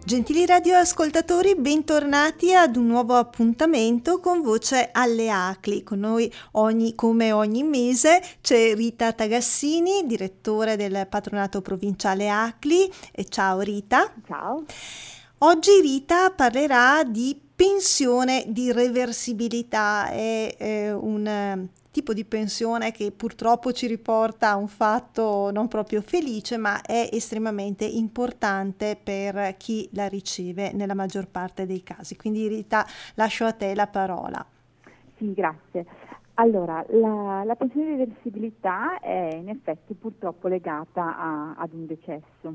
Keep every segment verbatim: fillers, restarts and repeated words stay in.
Gentili radioascoltatori, bentornati ad un nuovo appuntamento con Voce alle A C L I. Con noi ogni, come ogni mese c'è Rita Tagassini, direttore del Patronato Provinciale A C L I. E ciao Rita. Ciao. Oggi Rita parlerà di pensione di reversibilità, è eh, un eh, tipo di pensione che purtroppo ci riporta a un fatto non proprio felice, ma è estremamente importante per chi la riceve nella maggior parte dei casi. Quindi Rita, lascio a te la parola. Sì, grazie. Allora, la, la pensione di reversibilità è in effetti purtroppo legata a- ad un decesso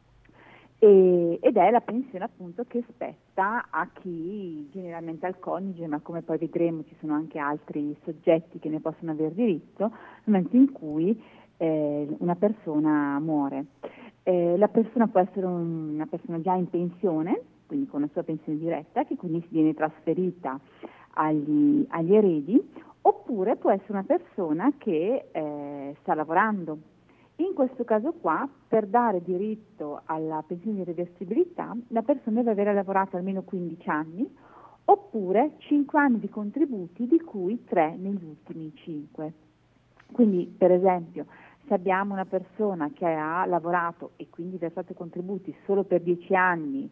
e- ed è la pensione appunto che spetta a chi, generalmente al coniuge, ma come poi vedremo ci sono anche altri soggetti che ne possono avere diritto, nel momento in cui eh, una persona muore. Eh, la persona può essere un- una persona già in pensione, quindi con la sua pensione diretta, che quindi si viene trasferita agli, agli eredi, oppure può essere una persona che eh, sta lavorando. In questo caso qua, per dare diritto alla pensione di reversibilità, la persona deve aver lavorato almeno quindici anni, oppure cinque anni di contributi, di cui tre negli ultimi cinque. Quindi, per esempio, se abbiamo una persona che ha lavorato e quindi versato contributi solo per dieci anni,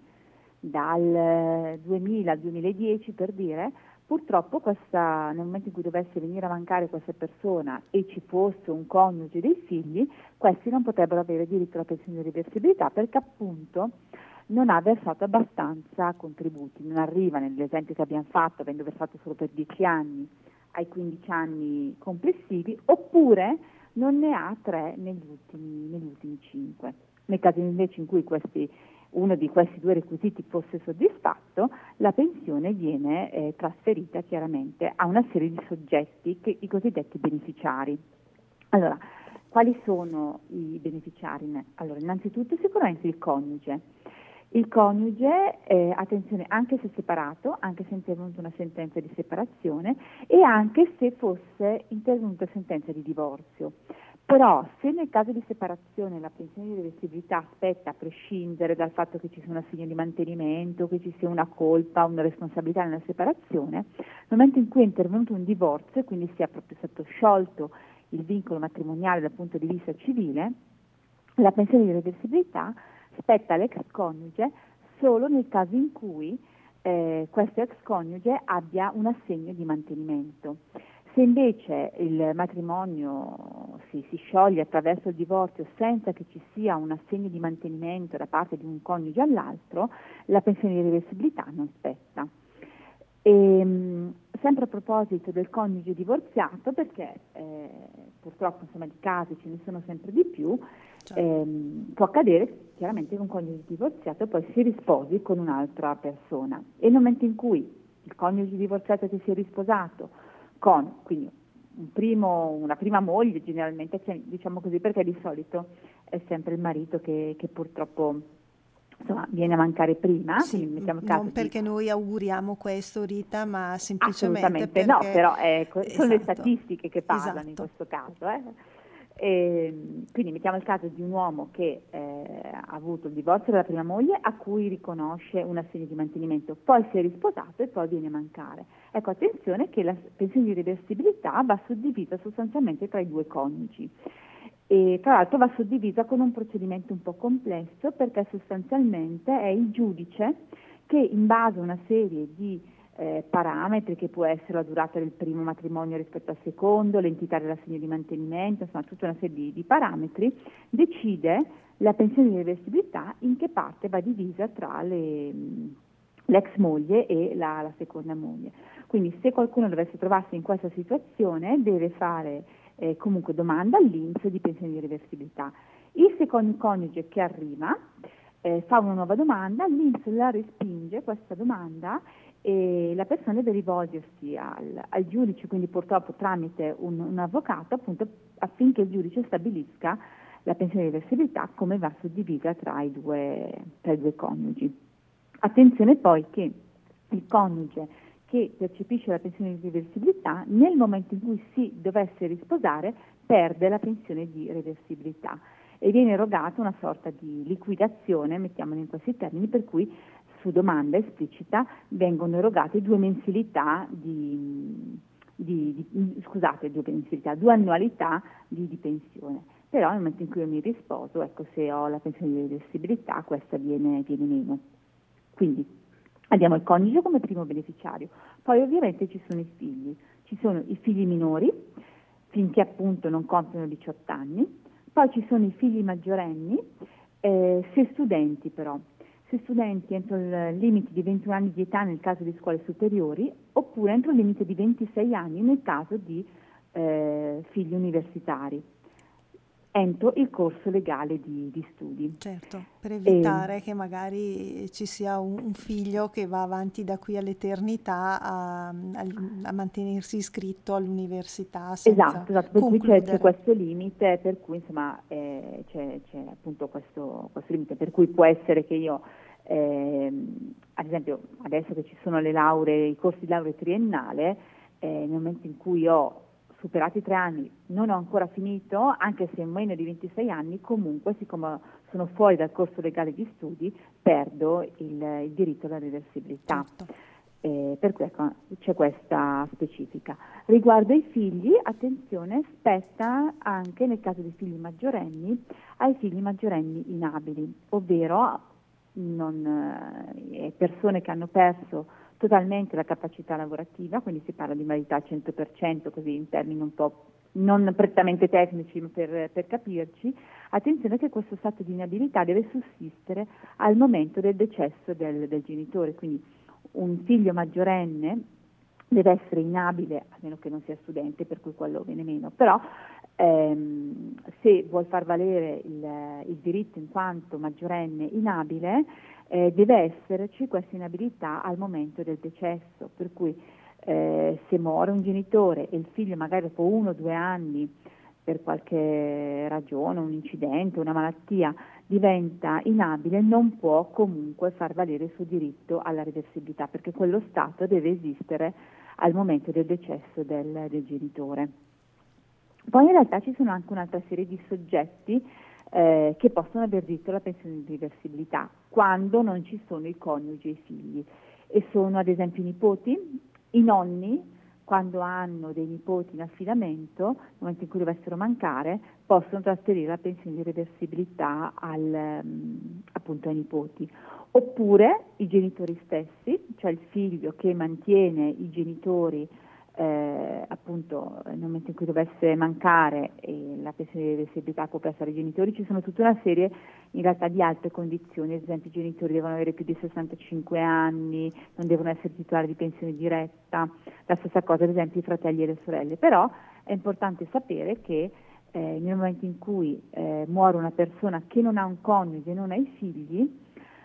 dal duemila al duemiladieci per dire, purtroppo questa, nel momento in cui dovesse venire a mancare questa persona e ci fosse un coniuge dei figli, questi non potrebbero avere diritto alla pensione di reversibilità perché appunto non ha versato abbastanza contributi, non arriva nell'esempio che abbiamo fatto, avendo versato solo per dieci anni, ai quindici anni complessivi, oppure non ne ha tre negli ultimi, negli ultimi cinque. Nel caso invece in cui questi, uno di questi due requisiti fosse soddisfatto, la pensione viene eh, trasferita chiaramente a una serie di soggetti, che, i cosiddetti beneficiari. Allora, quali sono i beneficiari? Allora, innanzitutto sicuramente il coniuge. Il coniuge, eh, attenzione, anche se separato, anche se è intervenuta una sentenza di separazione e anche se fosse intervenuta sentenza di divorzio. Però se nel caso di separazione la pensione di reversibilità aspetta a prescindere dal fatto che ci sia un assegno di mantenimento, che ci sia una colpa, una responsabilità nella separazione, nel momento in cui è intervenuto un divorzio e quindi sia proprio stato sciolto il vincolo matrimoniale dal punto di vista civile, la pensione di reversibilità spetta all'ex coniuge solo nel caso in cui eh, questo ex coniuge abbia un assegno di mantenimento. Se invece il matrimonio si, si scioglie attraverso il divorzio senza che ci sia un assegno di mantenimento da parte di un coniuge all'altro, la pensione di reversibilità non spetta. E, sempre a proposito del coniuge divorziato, perché eh, purtroppo insomma di casi ce ne sono sempre di più, ehm, può accadere chiaramente che un coniuge divorziato poi si risposi con un'altra persona e nel momento in cui il coniuge divorziato che si è risposato con quindi un primo, una prima moglie generalmente, diciamo così, perché di solito è sempre il marito che, che purtroppo insomma, viene a mancare prima, Sì, quindi mettiamo il caso non di... perché noi auguriamo questo, Rita, ma semplicemente Assolutamente no, perché... però ecco, sono le Esatto, statistiche che parlano in esatto. questo caso. Eh. E, quindi mettiamo il caso di un uomo che eh, ha avuto il divorzio dalla prima moglie a cui riconosce un assegno di mantenimento, poi si è risposato e poi viene a mancare. Ecco, attenzione che la pensione di reversibilità va suddivisa sostanzialmente tra i due coniugi. E tra l'altro va suddivisa con un procedimento un po' complesso perché sostanzialmente è il giudice che in base a una serie di eh, parametri, che può essere la durata del primo matrimonio rispetto al secondo, l'entità dell'assegno di mantenimento, insomma tutta una serie di, di parametri, decide la pensione di reversibilità in che parte va divisa tra le, l'ex moglie e la, la seconda moglie. Quindi se qualcuno dovesse trovarsi in questa situazione deve fare eh, comunque domanda all'I N P S di pensione di reversibilità. Il secondo coniuge che arriva eh, fa una nuova domanda, l'I N P S la respinge questa domanda e la persona deve rivolgersi al, al giudice, quindi purtroppo tramite un, un avvocato, appunto affinché il giudice stabilisca la pensione di reversibilità come va suddivisa tra i due, tra i due coniugi. Attenzione poi che il coniuge che percepisce la pensione di reversibilità nel momento in cui si dovesse risposare perde la pensione di reversibilità e viene erogata una sorta di liquidazione, mettiamolo in questi termini, per cui su domanda esplicita vengono erogate due mensilità di, di, di scusate, due mensilità, due annualità di, di pensione. Però nel momento in cui io mi risposo, ecco, se ho la pensione di reversibilità, questa viene, viene meno. Quindi abbiamo il coniuge come primo beneficiario, poi ovviamente ci sono i figli, ci sono i figli minori, finché appunto non compiono diciotto anni, poi ci sono i figli maggiorenni, eh, se studenti però, se studenti entro il limite di ventuno anni di età nel caso di scuole superiori, oppure entro il limite di ventisei anni nel caso di eh, figli universitari, entro il corso legale di, di studi. Certo, per E, evitare che magari ci sia un, un figlio che va avanti da qui all'eternità a, a- a mantenersi iscritto all'università senza Esatto, esatto, per cui c'è, c'è concludere. questo limite, per cui insomma eh, c'è, c'è appunto questo, questo limite, per cui può essere che io, ehm, ad esempio adesso che ci sono le lauree, i corsi di laurea triennale, eh, nel momento in cui ho superato i tre anni, non ho ancora finito, anche se meno di ventisei anni, comunque siccome sono fuori dal corso legale di studi, perdo il, il diritto alla reversibilità. Certo. Eh, per cui ecco, c'è questa specifica. Riguardo ai figli, attenzione, spetta anche nel caso di figli maggiorenni ai figli maggiorenni inabili, ovvero non, eh, persone che hanno perso totalmente la capacità lavorativa, quindi si parla di invalidità al cento per cento, così in termini un po' non prettamente tecnici, ma per, per capirci. Attenzione che questo stato di inabilità deve sussistere al momento del decesso del, del genitore, quindi un figlio maggiorenne deve essere inabile, a meno che non sia studente, per cui quello viene meno, però ehm, se vuol far valere il, il diritto in quanto maggiorenne inabile, eh, deve esserci questa inabilità al momento del decesso, per cui eh, se muore un genitore e il figlio magari dopo uno o due anni per qualche ragione, un incidente, una malattia, diventa inabile, non può comunque far valere il suo diritto alla reversibilità, perché quello stato deve esistere al momento del decesso del, del genitore. Poi in realtà ci sono anche un'altra serie di soggetti eh, che possono aver diritto alla pensione di reversibilità quando non ci sono i coniugi e i figli, e sono ad esempio i nipoti, i nonni, quando hanno dei nipoti in affidamento, nel momento in cui dovessero mancare, possono trasferire la pensione di reversibilità al, um, appunto ai nipoti. Oppure i genitori stessi, cioè il figlio che mantiene i genitori eh, appunto nel momento in cui dovesse mancare e la pensione di reversibilità può passare ai genitori, ci sono tutta una serie in realtà di altre condizioni, ad esempio i genitori devono avere più di sessantacinque anni, non devono essere titolari di pensione diretta, la stessa cosa ad esempio i fratelli e le sorelle, però è importante sapere che eh, nel momento in cui eh, muore una persona che non ha un coniuge e non ha i figli,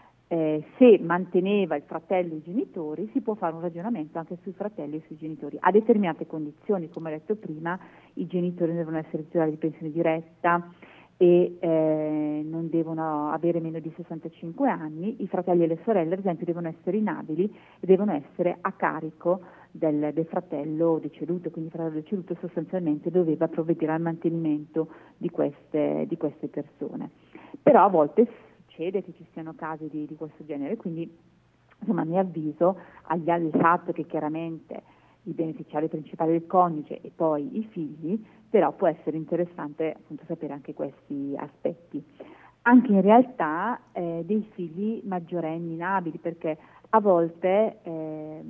eh, se manteneva il fratello e i genitori, si può fare un ragionamento anche sui fratelli e sui genitori. A determinate condizioni, come ho detto prima, i genitori devono essere titolari di pensione diretta e eh, non devono avere meno di sessantacinque anni, i fratelli e le sorelle, ad esempio, devono essere inabili e devono essere a carico del, del fratello deceduto, quindi il fratello deceduto sostanzialmente doveva provvedere al mantenimento di queste, di queste persone. Però a volte succede che ci siano casi di, di questo genere, quindi insomma a mio avviso, al di là del fatto che chiaramente il beneficiario principale del coniuge e poi i figli, però può essere interessante appunto sapere anche questi aspetti. Anche in realtà eh, dei figli maggiorenni inabili, perché a volte eh,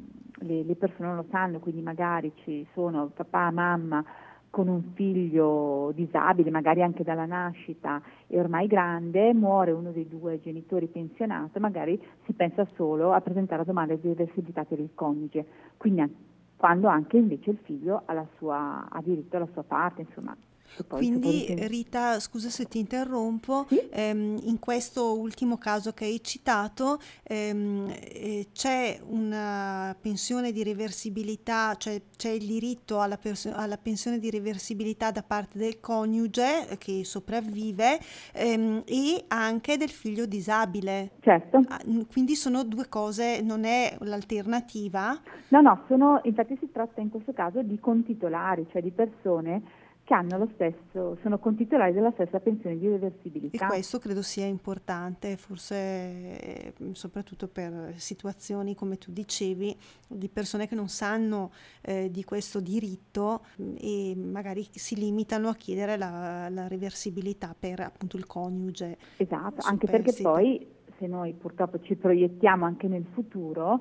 le, le persone non lo sanno, quindi magari ci sono papà, mamma con un figlio disabile, magari anche dalla nascita, è ormai grande, muore uno dei due genitori pensionato, magari si pensa solo a presentare la domanda di reversibilità per il coniuge, quindi quando anche invece il figlio ha, la sua, ha diritto alla sua parte, insomma. E poi se poi Quindi ritiene- Rita, scusa se ti interrompo, Sì? ehm, in questo ultimo caso che hai citato, ehm, eh, c'è una pensione di reversibilità, cioè c'è il diritto alla, pers- alla pensione di reversibilità da parte del coniuge eh, che sopravvive, ehm, e anche del figlio disabile. Certo. Ah, n- Quindi sono due cose, non è l'alternativa? No, no, sono, infatti si tratta in questo caso di contitolari, cioè di persone che hanno lo stesso, sono contitolari della stessa pensione di E reversibilità. questo credo sia importante, forse eh, soprattutto per situazioni, come tu dicevi, di persone che non sanno eh, di questo diritto mh, e magari si limitano a chiedere la, la reversibilità per appunto il coniuge Esatto, anche perché superstite. poi se noi purtroppo ci proiettiamo anche nel futuro,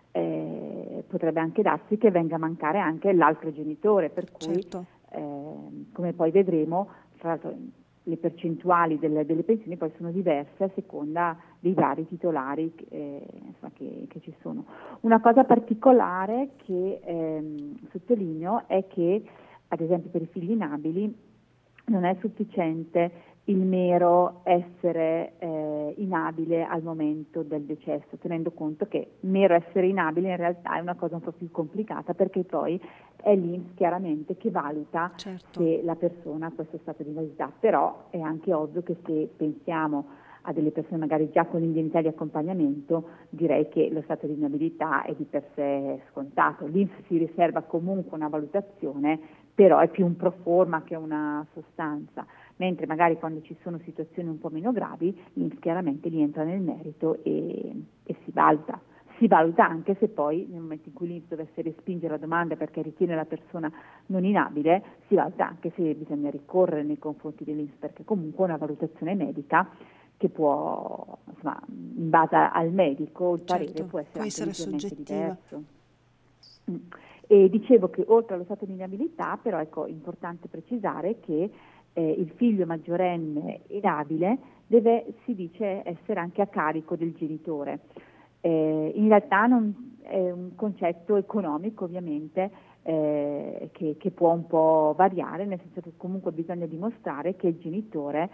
eh, potrebbe anche darsi che venga a mancare anche l'altro genitore, per cui, Certo, eh, come poi vedremo, tra l'altro le percentuali delle, delle pensioni poi sono diverse a seconda dei vari titolari eh, insomma, che, che ci sono. Una cosa particolare che ehm, sottolineo è che, ad esempio per i figli inabili, non è sufficiente il mero essere eh, inabile al momento del decesso, tenendo conto che mero essere inabile in realtà è una cosa un po' più complicata, perché poi è l'I N P S chiaramente che valuta certo. se la persona ha questo stato di invalidità, però è anche ovvio che se pensiamo a delle persone magari già con indennità di accompagnamento, direi che lo stato di inabilità è di per sé scontato. L'I N P S si riserva comunque una valutazione, però è più un pro forma che una sostanza, mentre magari quando ci sono situazioni un po' meno gravi, l'I N P S chiaramente li entra nel merito e, e si valuta. Si valuta anche se poi nel momento in cui l'I N P S dovesse respingere la domanda perché ritiene la persona non inabile, si valuta anche se bisogna ricorrere nei confronti dell'I N P S, perché comunque è una valutazione medica che può, insomma, in base al medico, il parere Certo, può essere può anche essere leggermente soggettiva. diverso. Mm. E dicevo che oltre allo stato di inabilità, però ecco, è importante precisare che eh, il figlio maggiorenne inabile deve, si dice, essere anche a carico del genitore. Eh, in realtà non, è un concetto economico ovviamente eh, che, che può un po' variare, nel senso che comunque bisogna dimostrare che il genitore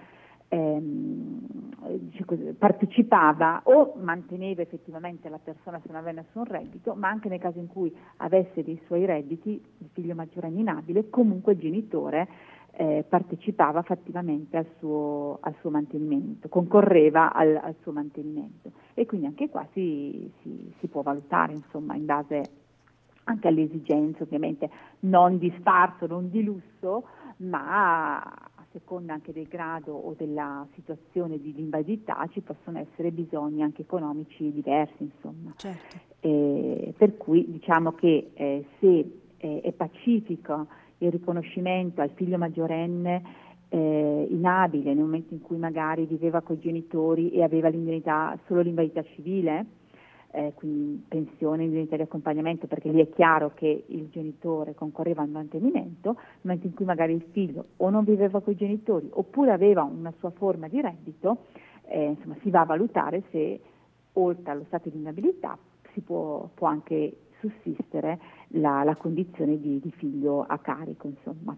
ehm, dice così, partecipava o manteneva effettivamente la persona se non aveva nessun reddito, ma anche nel caso in cui avesse dei suoi redditi, il figlio maggiorenne inabile, comunque il genitore eh, partecipava fattivamente al suo, al suo mantenimento, concorreva al, al suo mantenimento, e quindi anche qua si, si, si può valutare, insomma, in base anche alle esigenze, ovviamente non di sfarzo, non di lusso, ma a seconda anche del grado o della situazione di invalidità ci possono essere bisogni anche economici diversi, insomma. Certo. Eh, per cui diciamo che eh, se eh, è pacifico il riconoscimento al figlio maggiorenne eh, inabile nel momento in cui magari viveva con i genitori e aveva l'indennità, solo l'invalidità civile, eh, quindi pensione, indennità di accompagnamento, perché lì è chiaro che il genitore concorreva al mantenimento, nel momento in cui magari il figlio o non viveva con i genitori oppure aveva una sua forma di reddito, eh, insomma si va a valutare se oltre allo stato di inabilità si può, può anche sussistere la, la condizione di, di figlio a carico, insomma.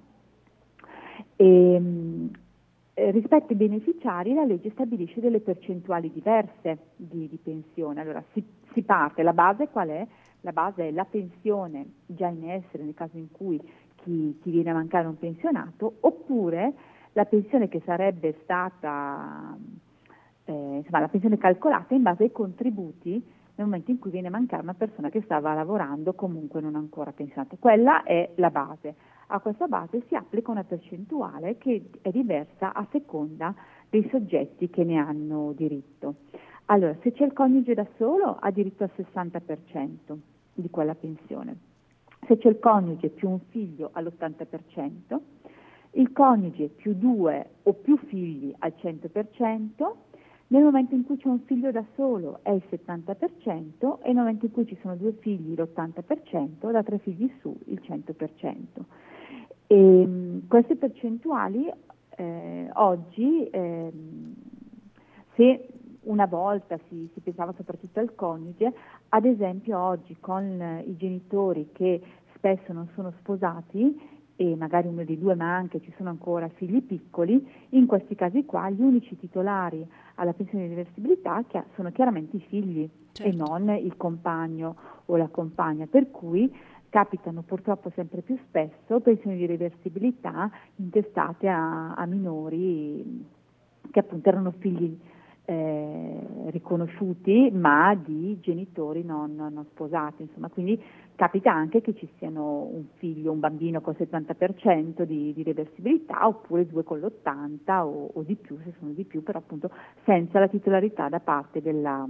E, eh, rispetto ai beneficiari la legge stabilisce delle percentuali diverse di, di pensione. Allora si, si parte, la base qual è? La base è la pensione già in essere nel caso in cui chi, chi viene a mancare un pensionato, oppure la pensione che sarebbe stata, eh, insomma la pensione calcolata in base ai contributi nel momento in cui viene a mancare una persona che stava lavorando comunque non ancora pensionata. Quella è la base. A questa base si applica una percentuale che è diversa a seconda dei soggetti che ne hanno diritto. Allora, se c'è il coniuge da solo ha diritto al sessanta per cento di quella pensione. Se c'è il coniuge più un figlio all'ottanta per cento, il coniuge più due o più figli al cento per cento, nel momento in cui c'è un figlio da solo è il settanta per cento e nel momento in cui ci sono due figli l'ottanta per cento, da tre figli su il cento per cento. E, mh, queste percentuali eh, oggi, ehm, se una volta si, si pensava soprattutto al coniuge, ad esempio oggi con eh, i genitori che spesso non sono sposati e magari uno dei due manca e ci sono ancora figli piccoli, in questi casi qua gli unici titolari alla pensione di reversibilità sono chiaramente i figli e Certo. non il compagno o la compagna, per cui capitano purtroppo sempre più spesso pensioni di reversibilità intestate a, a minori che appunto erano figli eh, riconosciuti, ma di genitori non, non sposati, insomma, quindi capita anche che ci siano un figlio, un bambino con il settanta per cento di, di reversibilità, oppure due con l'ottanta per cento o, o di più, se sono di più, però appunto senza la titolarità da parte della,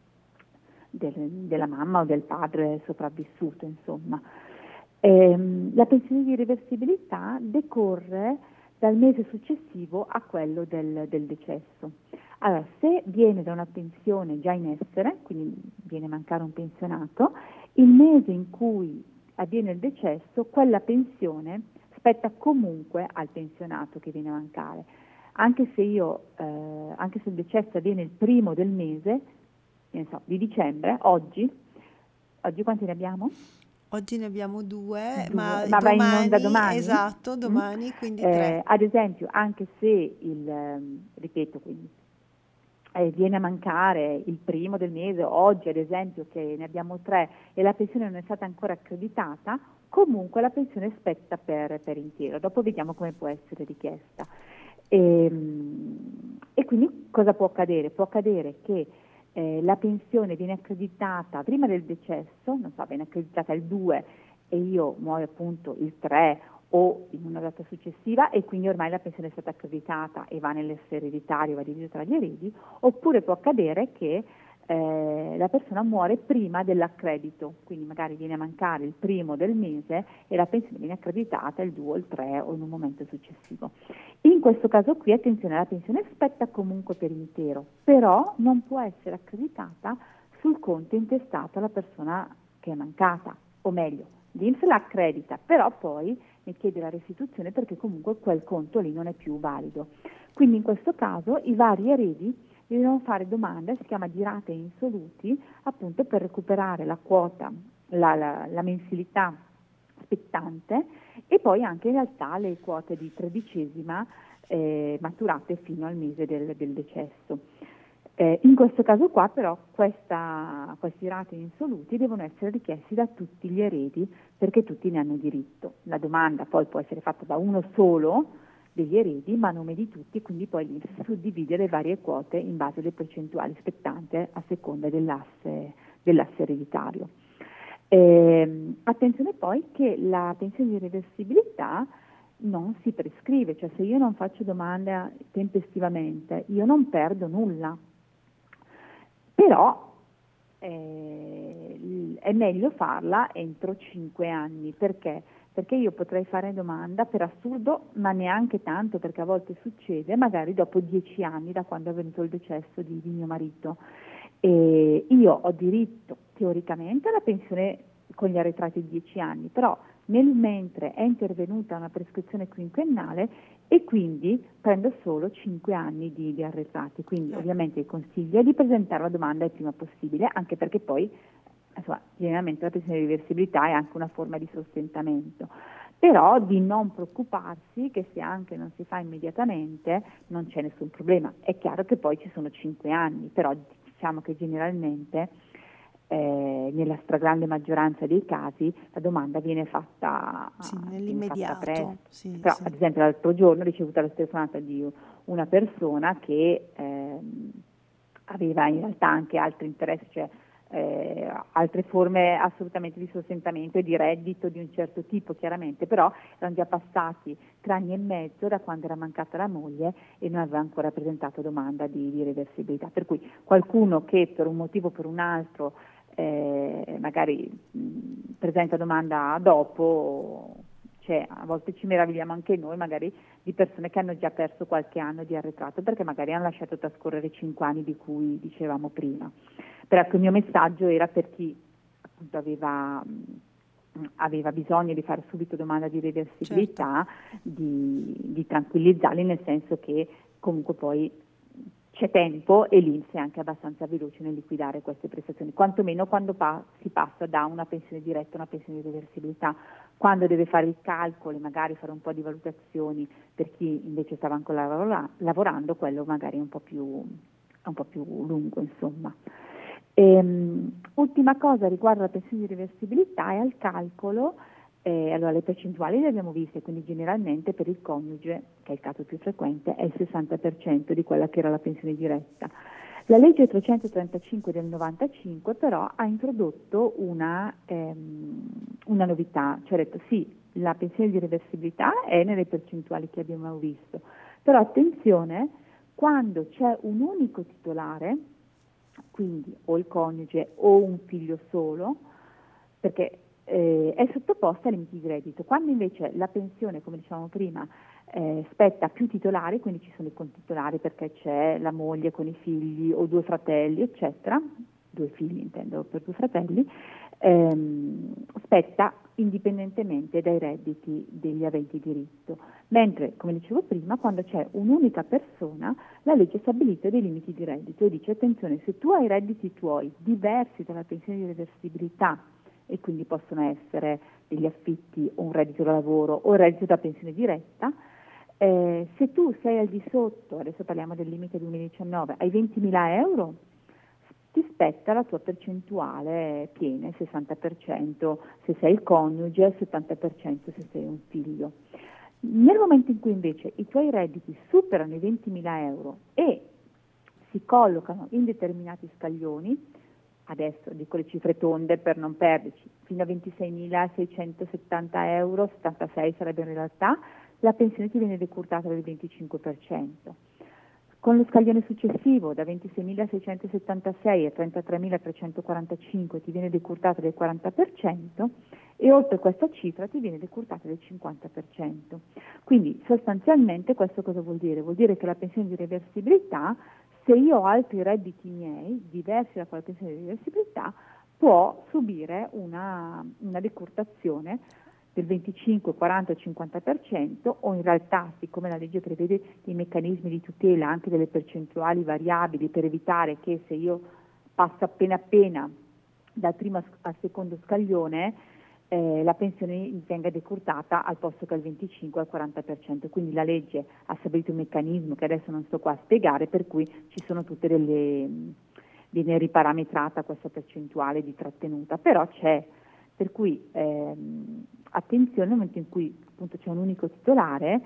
del, della mamma o del padre sopravvissuto, insomma. Ehm, la pensione di reversibilità decorre dal mese successivo a quello del, del decesso. Allora, se viene da una pensione già in essere, quindi viene a mancare un pensionato, il mese in cui avviene il decesso, quella pensione spetta comunque al pensionato che viene a mancare. Anche se io, eh, anche se il decesso avviene il primo del mese, ne so, di dicembre, oggi, oggi quanti ne abbiamo? Oggi ne abbiamo due, Due, ma ma va in onda domani, domani? esatto, Mm? domani, quindi Eh, tre. ad esempio, anche se il, ehm, ripeto, quindi, eh, viene a mancare il primo del mese, oggi ad esempio che ne abbiamo tre e la pensione non è stata ancora accreditata, comunque la pensione spetta per, per intero, dopo vediamo come può essere richiesta. E, e quindi cosa può accadere? Può accadere che eh, la pensione viene accreditata prima del decesso, non so, viene accreditata il due e io muoio appunto il tre o in una data successiva e quindi ormai la pensione è stata accreditata e va nell'essere ereditario, va diviso tra gli eredi, oppure può accadere che eh, la persona muore prima dell'accredito, quindi magari viene a mancare il primo del mese e la pensione viene accreditata il due o il tre o in un momento successivo. In questo caso qui, attenzione, la pensione spetta comunque per intero, però non può essere accreditata sul conto intestato alla persona che è mancata, o meglio, l'I N P S la accredita, però poi ne chiede la restituzione perché comunque quel conto lì non è più valido. Quindi in questo caso i vari eredi devono fare domanda, si chiama di rate insoluti, appunto per recuperare la quota, la, la, la mensilità spettante e poi anche in realtà le quote di tredicesima eh, maturate fino al mese del, del decesso. Eh, in questo caso qua però questa, questi rate insoluti devono essere richiesti da tutti gli eredi perché tutti ne hanno diritto. La domanda poi può essere fatta da uno solo degli eredi ma a nome di tutti, quindi poi l'I N P S suddivide le varie quote in base alle percentuali spettanti a seconda dell'asse, dell'asse ereditario. Eh, attenzione poi che la pensione di reversibilità non si prescrive, cioè se io non faccio domanda tempestivamente io non perdo nulla, però eh, è meglio farla entro cinque anni, perché? Perché io potrei fare domanda per assurdo, ma neanche tanto, perché a volte succede, magari dopo dieci anni da quando è avvenuto il decesso di, di mio marito. E io ho diritto teoricamente alla pensione con gli arretrati di dieci anni, però nel mentre è intervenuta una prescrizione quinquennale e quindi prendo solo cinque anni di, di arretrati. Quindi Ecco. ovviamente il consiglio è di presentare la domanda il prima possibile, anche perché poi insomma, generalmente la pensione di reversibilità è anche una forma di sostentamento. Però di non preoccuparsi che se anche non si fa immediatamente non c'è nessun problema. È chiaro che poi ci sono cinque anni, però diciamo che generalmente eh, nella stragrande maggioranza dei casi la domanda viene fatta, Sì, viene fatta nell'immediato, presto. sì, Però sì. ad esempio l'altro giorno ho ricevuto la telefonata di una persona che ehm, aveva in realtà anche altri interessi, cioè eh, altre forme assolutamente di sostentamento e di reddito di un certo tipo chiaramente, però erano già passati tre anni e mezzo da quando era mancata la moglie e non aveva ancora presentato domanda di, di reversibilità, per cui qualcuno che per un motivo o per un altro eh, magari mh, presenta domanda dopo, cioè, a volte ci meravigliamo anche noi magari di persone che hanno già perso qualche anno di arretrato perché magari hanno lasciato trascorrere cinque anni di cui dicevamo prima. Però ecco, il mio messaggio era per chi appunto aveva, mh, aveva bisogno di fare subito domanda di Certo. reversibilità, di, di tranquillizzarli, nel senso che comunque poi c'è tempo e l'I N P S è anche abbastanza veloce nel liquidare queste prestazioni, quantomeno quando pa- si passa da una pensione diretta a una pensione di reversibilità. Quando deve fare i calcoli, magari fare un po' di valutazioni per chi invece stava ancora lavora- lavorando, quello magari è un po' più, un po' più lungo, insomma. Ehm, ultima cosa riguardo la pensione di reversibilità è al calcolo. Eh, allora le percentuali le abbiamo viste, quindi generalmente per il coniuge, che è il caso più frequente, è il sessanta per cento di quella che era la pensione diretta. La legge trecentotrentacinque del novantacinque però ha introdotto una, ehm, una novità, cioè ha detto sì, la pensione di reversibilità è nelle percentuali che abbiamo visto, però attenzione, quando c'è un unico titolare, quindi o il coniuge o un figlio solo, perché eh, è sottoposta a limiti di reddito. Quando invece la pensione, come dicevamo prima, eh, spetta a più titolari, quindi ci sono i contitolari perché c'è la moglie con i figli o due fratelli, eccetera, due figli intendo per due fratelli, ehm, spetta indipendentemente dai redditi degli aventi diritto. Mentre, come dicevo prima, quando c'è un'unica persona, la legge ha stabilito dei limiti di reddito e dice attenzione, se tu hai redditi tuoi diversi dalla pensione di reversibilità e quindi possono essere degli affitti o un reddito da lavoro o il reddito da pensione diretta, eh, se tu sei al di sotto, adesso parliamo del limite duemiladiciannove, ai ventimila euro, ti spetta la tua percentuale piena, il sessanta per cento se sei il coniuge, il settanta per cento se sei un figlio. Nel momento in cui invece i tuoi redditi superano i ventimila euro e si collocano in determinati scaglioni, adesso dico le cifre tonde per non perderci, fino a ventiseiemilaseicentosettanta euro, settantasei sarebbe in realtà, la pensione ti viene decurtata del venticinque per cento. Con lo scaglione successivo, da ventiseiemilaseicentosettantasei a trentatremilatrecentoquarantacinque ti viene decurtata del quaranta per cento e oltre questa cifra ti viene decurtata del cinquanta per cento. Quindi sostanzialmente questo cosa vuol dire? Vuol dire che la pensione di reversibilità, se io ho altri redditi miei, diversi da quella pensione di reversibilità, può subire una, una decurtazione del venticinque, quaranta, cinquanta per cento o in realtà, siccome la legge prevede dei meccanismi di tutela anche delle percentuali variabili per evitare che se io passo appena appena dal primo al secondo scaglione eh, la pensione venga decurtata al posto che al venticinque al quaranta per cento. Quindi la legge ha stabilito un meccanismo che adesso non sto qua a spiegare, per cui ci sono tutte delle, viene riparametrata questa percentuale di trattenuta, però c'è. Per cui ehm, attenzione nel momento in cui appunto c'è un unico titolare,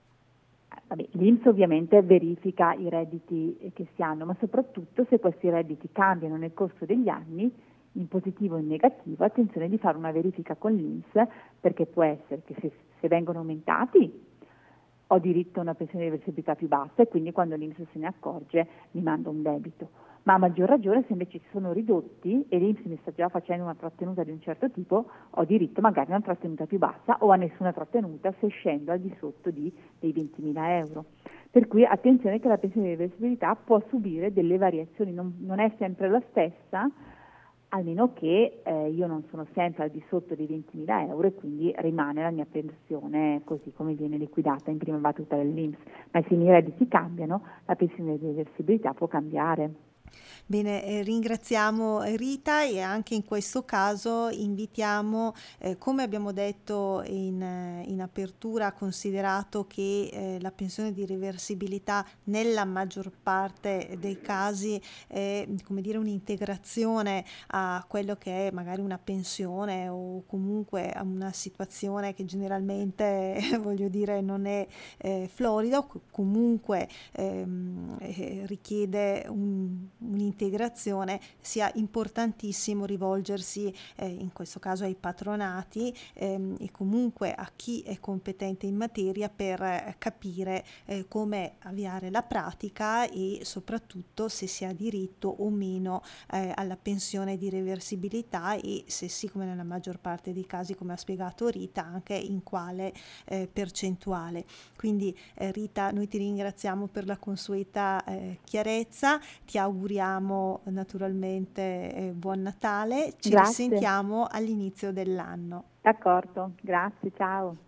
vabbè, l'I N P S ovviamente verifica i redditi che si hanno, ma soprattutto se questi redditi cambiano nel corso degli anni, in positivo o in negativo, attenzione di fare una verifica con l'I N P S, perché può essere che se, se vengono aumentati ho diritto a una pensione di reversibilità più bassa e quindi quando l'I N P S se ne accorge mi manda un debito. Ma a maggior ragione se invece si sono ridotti e l'I N P S mi sta già facendo una trattenuta di un certo tipo, ho diritto magari a una trattenuta più bassa o a nessuna trattenuta se scendo al di sotto di, dei ventimila euro. Per cui attenzione che la pensione di reversibilità può subire delle variazioni, non, non è sempre la stessa, almeno che eh, io non sono sempre al di sotto dei ventimila euro e quindi rimane la mia pensione così come viene liquidata in prima battuta dell'I N P S. Ma se i miei redditi cambiano, la pensione di reversibilità può cambiare. Bene, eh, ringraziamo Rita e anche in questo caso invitiamo, eh, come abbiamo detto in, eh, in apertura, considerato che eh, la pensione di reversibilità nella maggior parte dei casi è come dire un'integrazione a quello che è magari una pensione o comunque a una situazione che generalmente voglio dire non è eh, florida o comunque ehm, eh, richiede un, un'integrazione, sia importantissimo rivolgersi eh, in questo caso ai patronati ehm, e comunque a chi è competente in materia per eh, capire eh, come avviare la pratica e soprattutto se si ha diritto o meno eh, alla pensione di reversibilità e se sì, come nella maggior parte dei casi, come ha spiegato Rita, anche in quale eh, percentuale. Quindi eh, Rita, noi ti ringraziamo per la consueta eh, chiarezza, ti auguriamo naturalmente eh, buon Natale, ci Grazie, risentiamo all'inizio dell'anno. d'accordo, grazie, ciao.